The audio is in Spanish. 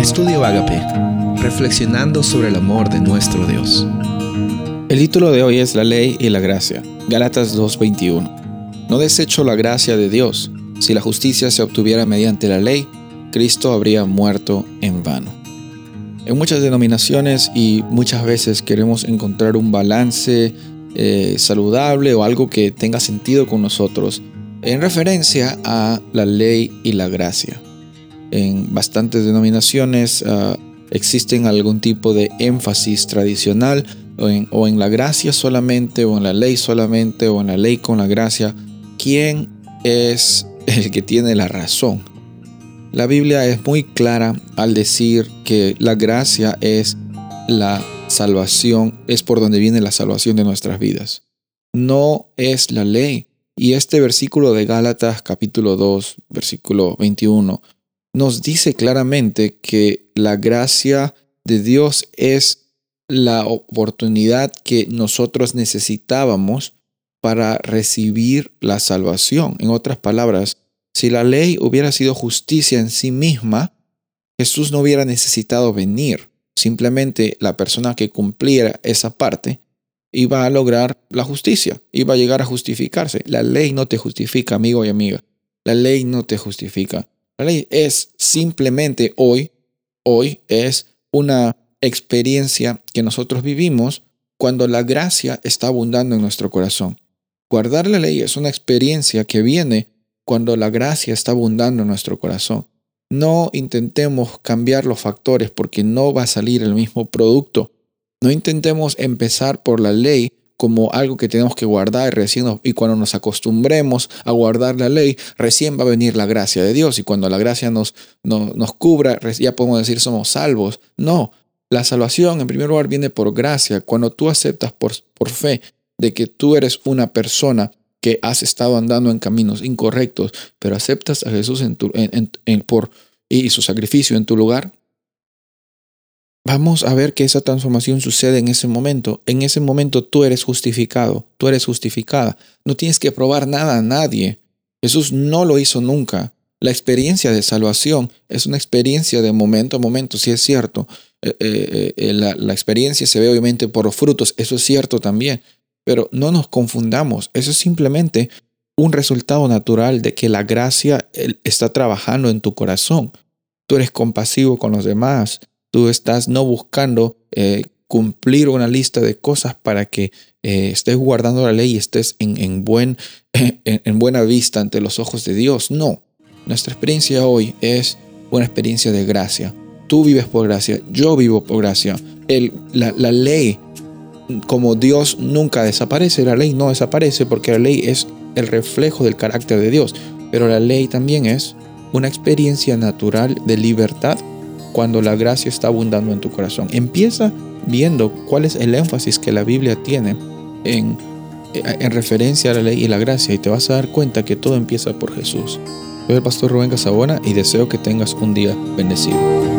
Estudio Ágape, reflexionando sobre el amor de nuestro Dios. El título de hoy es La ley y la gracia, Gálatas 2:21. No desecho la gracia de Dios. Si la justicia se obtuviera mediante la ley, Cristo habría muerto en vano. En muchas denominaciones y muchas veces queremos encontrar un balance saludable o algo que tenga sentido con nosotros en referencia a la ley y la gracia. En bastantes denominaciones existen algún tipo de énfasis tradicional o en la gracia solamente, o en la ley solamente, o en la ley con la gracia. ¿Quién es el que tiene la razón? La Biblia es muy clara al decir que la gracia es la salvación, es por donde viene la salvación de nuestras vidas. No es la ley. Y este versículo de Gálatas capítulo 2, versículo 21, nos dice claramente que la gracia de Dios es la oportunidad que nosotros necesitábamos para recibir la salvación. En otras palabras, si la ley hubiera sido justicia en sí misma, Jesús no hubiera necesitado venir. Simplemente la persona que cumpliera esa parte iba a lograr la justicia, iba a llegar a justificarse. La ley no te justifica, amigo y amiga. La ley no te justifica. La ley es simplemente hoy es una experiencia que nosotros vivimos cuando la gracia está abundando en nuestro corazón. Guardar la ley es una experiencia que viene cuando la gracia está abundando en nuestro corazón. No intentemos cambiar los factores porque no va a salir el mismo producto. No intentemos empezar por la ley como algo que tenemos que guardar y cuando nos acostumbremos a guardar la ley, recién va a venir la gracia de Dios. Y cuando la gracia nos cubra, ya podemos decir somos salvos. No, la salvación en primer lugar viene por gracia. Cuando tú aceptas por fe de que tú eres una persona que has estado andando en caminos incorrectos, pero aceptas a Jesús y su sacrificio en tu lugar, vamos a ver que esa transformación sucede en ese momento. En ese momento tú eres justificado, tú eres justificada. No tienes que probar nada a nadie. Jesús no lo hizo nunca. La experiencia de salvación es una experiencia de momento a momento, sí es cierto. La experiencia se ve obviamente por los frutos, eso es cierto también. Pero no nos confundamos, eso es simplemente un resultado natural de que la gracia está trabajando en tu corazón. Tú eres compasivo con los demás. Tú estás no buscando cumplir una lista de cosas para que estés guardando la ley y estés en buena vista ante los ojos de Dios. No, nuestra experiencia hoy es una experiencia de gracia. Tú vives por gracia, yo vivo por gracia. La ley, como Dios nunca desaparece, la ley no desaparece porque la ley es el reflejo del carácter de Dios. Pero la ley también es una experiencia natural de libertad cuando la gracia está abundando en tu corazón. Empieza viendo cuál es el énfasis que la Biblia tiene en referencia a la ley y la gracia y te vas a dar cuenta que todo empieza por Jesús. Soy el pastor Rubén Casabona y deseo que tengas un día bendecido.